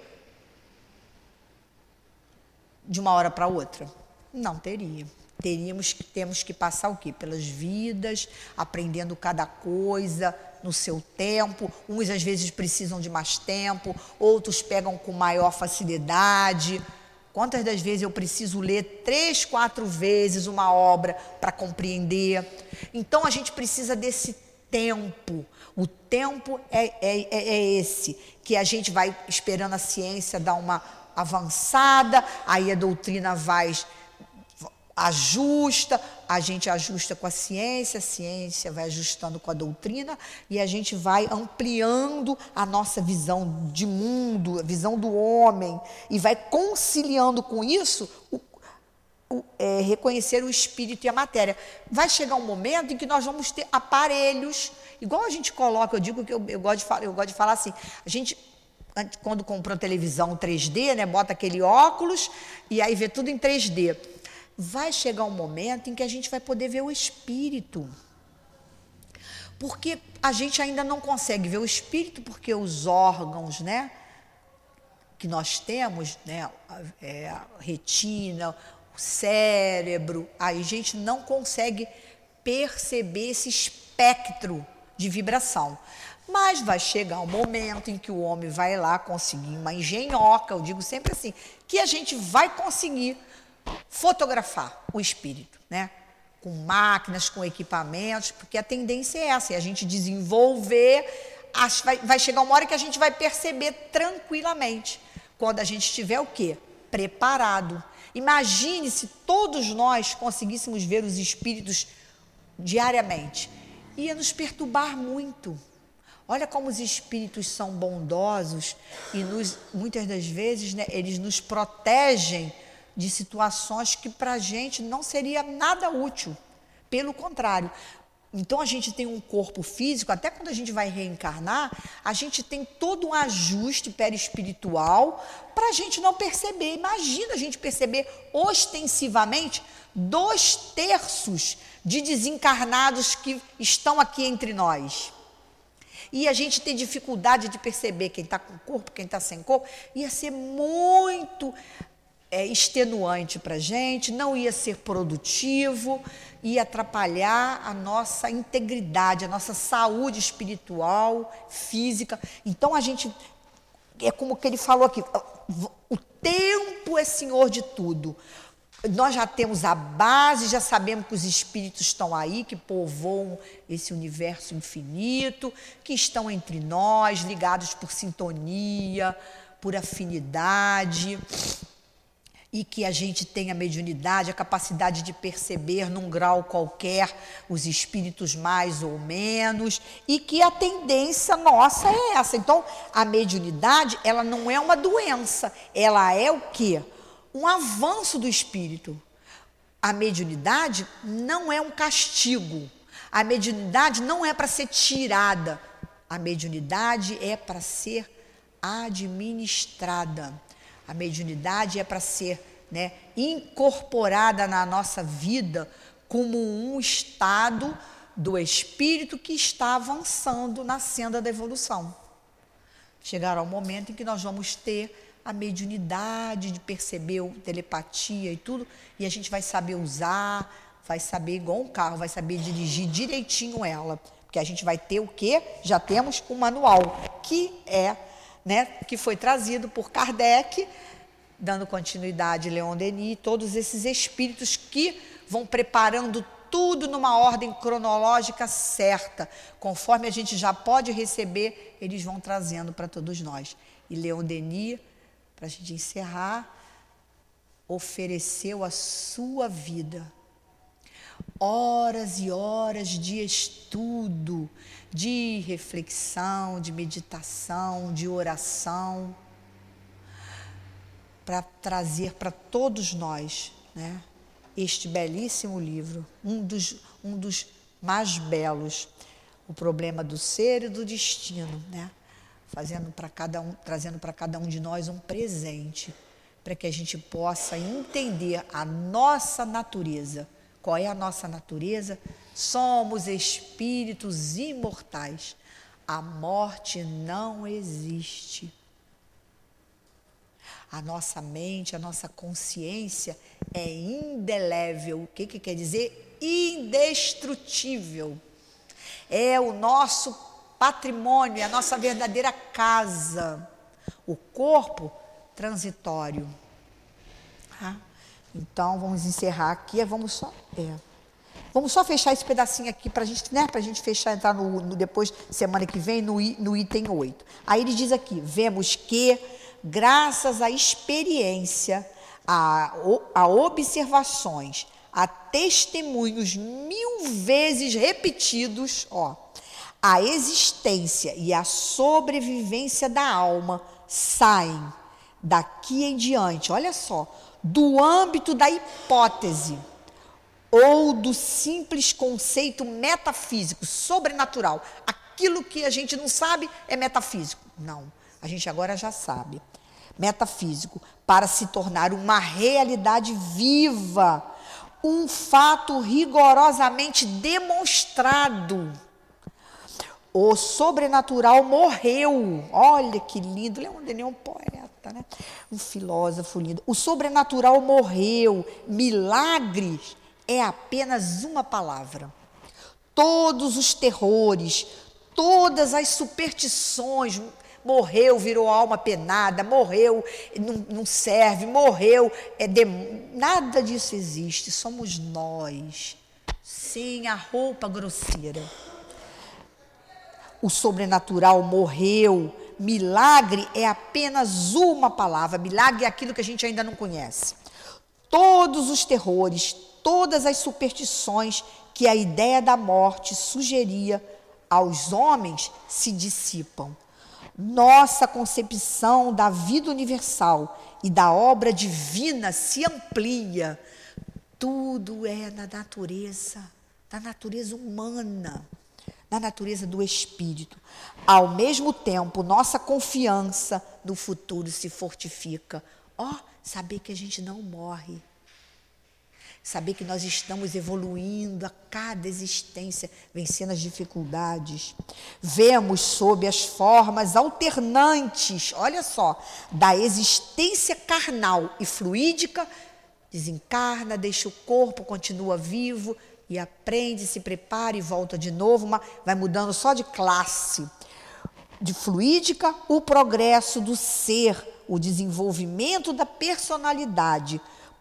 Speaker 2: de uma hora para outra? Não teria. Teríamos, temos que passar o quê? Pelas vidas, aprendendo cada coisa no seu tempo. Uns às vezes precisam de mais tempo, outros pegam com maior facilidade. Quantas das vezes eu preciso ler três, quatro vezes uma obra para compreender? Então, a gente precisa desse tempo. O tempo é, é, é esse, que a gente vai esperando a ciência dar uma avançada, aí a doutrina vai... ajusta, a gente ajusta com a ciência, a ciência vai ajustando com a doutrina e a gente vai ampliando a nossa visão de mundo, a visão do homem, e vai conciliando com isso o, o, é, reconhecer o espírito e a matéria. Vai chegar um momento em que nós vamos ter aparelhos, igual a gente coloca, eu digo que eu, eu, gosto, de falar, eu gosto de falar assim, a gente... quando comprou televisão três D, né, bota aquele óculos e aí vê tudo em três D. Vai chegar um momento em que a gente vai poder ver o espírito. Porque a gente ainda não consegue ver o espírito, porque os órgãos, né, que nós temos, né, a, é, a retina, o cérebro, aí a gente não consegue perceber esse espectro de vibração. Mas vai chegar um momento em que o homem vai lá conseguir uma engenhoca, eu digo sempre assim, que a gente vai conseguir fotografar o espírito, né? Com máquinas, com equipamentos, porque a tendência é essa, é a gente desenvolver, vai, vai chegar uma hora que a gente vai perceber tranquilamente, quando a gente estiver o quê? Preparado. Imagine se todos nós conseguíssemos ver os espíritos diariamente, ia nos perturbar muito. Olha como os espíritos são bondosos e nos, muitas das vezes, né, eles nos protegem de situações que para a gente não seria nada útil. Pelo contrário. Então, a gente tem um corpo físico, até quando a gente vai reencarnar, a gente tem todo um ajuste perispiritual para a gente não perceber. Imagina a gente perceber ostensivamente dois terços de desencarnados que estão aqui entre nós. E a gente tem dificuldade de perceber quem está com corpo, quem está sem corpo. Ia ser muito... É, extenuante para a gente, não ia ser produtivo, ia atrapalhar a nossa integridade, a nossa saúde espiritual, física. Então, a gente, é como que ele falou aqui, o tempo é senhor de tudo. Nós já temos a base, já sabemos que os espíritos estão aí, que povoam esse universo infinito, que estão entre nós, ligados por sintonia, por afinidade, e que a gente tem a mediunidade, a capacidade de perceber num grau qualquer os espíritos mais ou menos, e que a tendência nossa é essa. Então, a mediunidade, ela não é uma doença, ela é o quê? Um avanço do espírito. A mediunidade não é um castigo. A mediunidade não é para ser tirada. A mediunidade é para ser administrada. A mediunidade é para ser, né, incorporada na nossa vida como um estado do espírito que está avançando na senda da evolução. Chegará o momento em que nós vamos ter a mediunidade de perceber telepatia e tudo, e a gente vai saber usar, vai saber igual um carro, vai saber dirigir direitinho ela, porque a gente vai ter o quê? Já temos o manual, que é, né, que foi trazido por Kardec, dando continuidade a Leon Denis, todos esses espíritos que vão preparando tudo numa ordem cronológica certa, conforme a gente já pode receber, eles vão trazendo para todos nós. E Leon Denis, para a gente encerrar, ofereceu a sua vida, horas e horas de estudo, de reflexão, de meditação, de oração, para trazer para todos nós, né, este belíssimo livro, um dos, um dos mais belos, O Problema do Ser e do Destino, né? Fazendo para cada um, trazendo para cada um de nós um presente, para que a gente possa entender a nossa natureza. Qual é a nossa natureza? Somos espíritos imortais. A morte não existe. A nossa mente, a nossa consciência é indelével. O que, que quer dizer? Indestrutível. É o nosso patrimônio, é a nossa verdadeira casa. O corpo, transitório. Ah, então, vamos encerrar aqui. Vamos só, é, vamos só fechar esse pedacinho aqui para gente, né, a gente fechar, entrar no, no depois, semana que vem, no, no item oito. Aí ele diz aqui, vemos que, graças à experiência, a, a observações, a testemunhos mil vezes repetidos, ó, a existência e a sobrevivência da alma saem daqui em diante, olha só, do âmbito da hipótese ou do simples conceito metafísico, sobrenatural. Aquilo que a gente não sabe é metafísico. Não, a gente agora já sabe. Metafísico, para se tornar uma realidade viva, um fato rigorosamente demonstrado. O sobrenatural morreu. Olha que lindo. Leon Denis é um poeta, né? Um filósofo lindo. O sobrenatural morreu. Milagres é apenas uma palavra. Todos os terrores, todas as superstições, morreu, virou alma penada, morreu, não, não serve, morreu, é de, nada disso existe. Somos nós, sem a roupa grosseira. O sobrenatural morreu. Milagre é apenas uma palavra. Milagre é aquilo que a gente ainda não conhece. Todos os terrores, todas as superstições que a ideia da morte sugeria aos homens se dissipam. Nossa concepção da vida universal e da obra divina se amplia. Tudo é na natureza, na natureza humana, na natureza do espírito. Ao mesmo tempo, nossa confiança no futuro se fortifica. Ó, oh, saber que a gente não morre. Saber que nós estamos evoluindo a cada existência, vencendo as dificuldades. Vemos sob as formas alternantes, olha só, da existência carnal e fluídica, desencarna, deixa o corpo, continua vivo e aprende, se prepara e volta de novo, uma, vai mudando só de classe. De fluídica, o progresso do ser, o desenvolvimento da personalidade,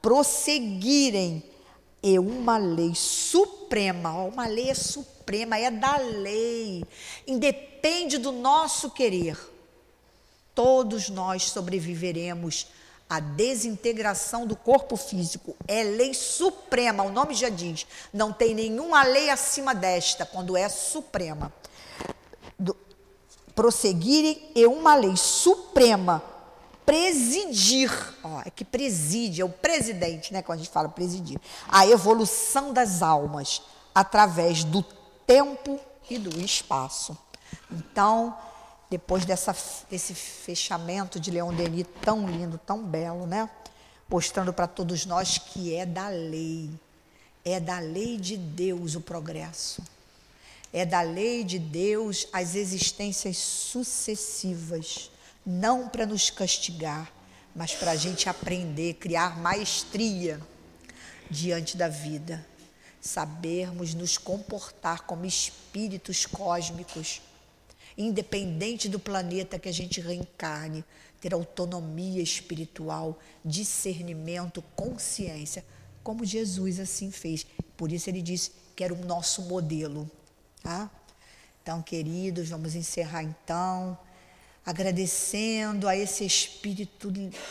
Speaker 2: prosseguirem e uma lei suprema, ó, uma lei é suprema, é da lei, independe do nosso querer. Todos nós sobreviveremos à desintegração do corpo físico. É lei suprema, o nome já diz. Não tem nenhuma lei acima desta, quando é suprema. Do, prosseguirem e uma lei suprema presidir, ó, é que preside, é o presidente, né, quando a gente fala presidir, a evolução das almas através do tempo e do espaço. Então, depois dessa, desse fechamento de Leon Denis tão lindo, tão belo, né, mostrando para todos nós que é da lei, é da lei de Deus o progresso, é da lei de Deus as existências sucessivas, não para nos castigar, mas para a gente aprender, criar maestria diante da vida, sabermos nos comportar como espíritos cósmicos, independente do planeta que a gente reencarne, ter autonomia espiritual, discernimento, consciência, como Jesus assim fez. Por isso ele disse que era o nosso modelo. Tá? Então, queridos, vamos encerrar então, agradecendo a esse Espírito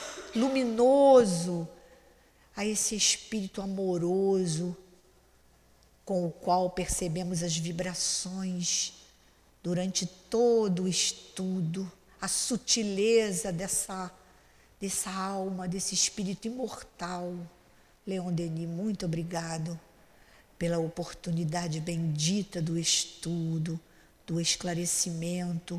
Speaker 2: luminoso, a esse Espírito amoroso, com o qual percebemos as vibrações durante todo o estudo, a sutileza dessa, dessa alma, desse Espírito imortal. Leon Denis, muito obrigado pela oportunidade bendita do estudo, do esclarecimento,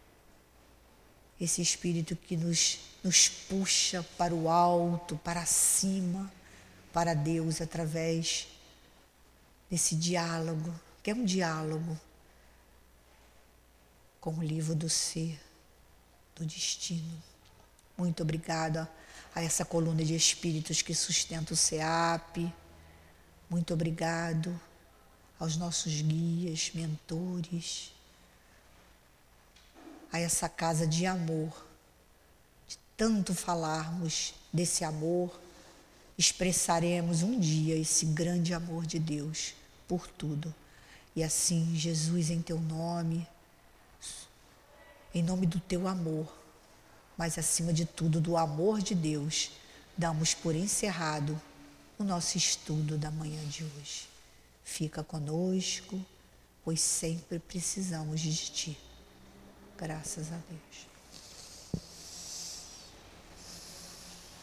Speaker 2: esse Espírito que nos, nos puxa para o alto, para cima, para Deus, através desse diálogo, que é um diálogo com o livro do ser, do destino. Muito obrigada a essa coluna de espíritos que sustenta o SEAP. Muito obrigado aos nossos guias, mentores, a essa casa de amor, de tanto falarmos desse amor, expressaremos um dia esse grande amor de Deus por tudo. E assim, Jesus, em teu nome, em nome do teu amor, mas acima de tudo do amor de Deus, damos por encerrado o nosso estudo da manhã de hoje. Fica conosco, pois sempre precisamos de ti. Graças a Deus.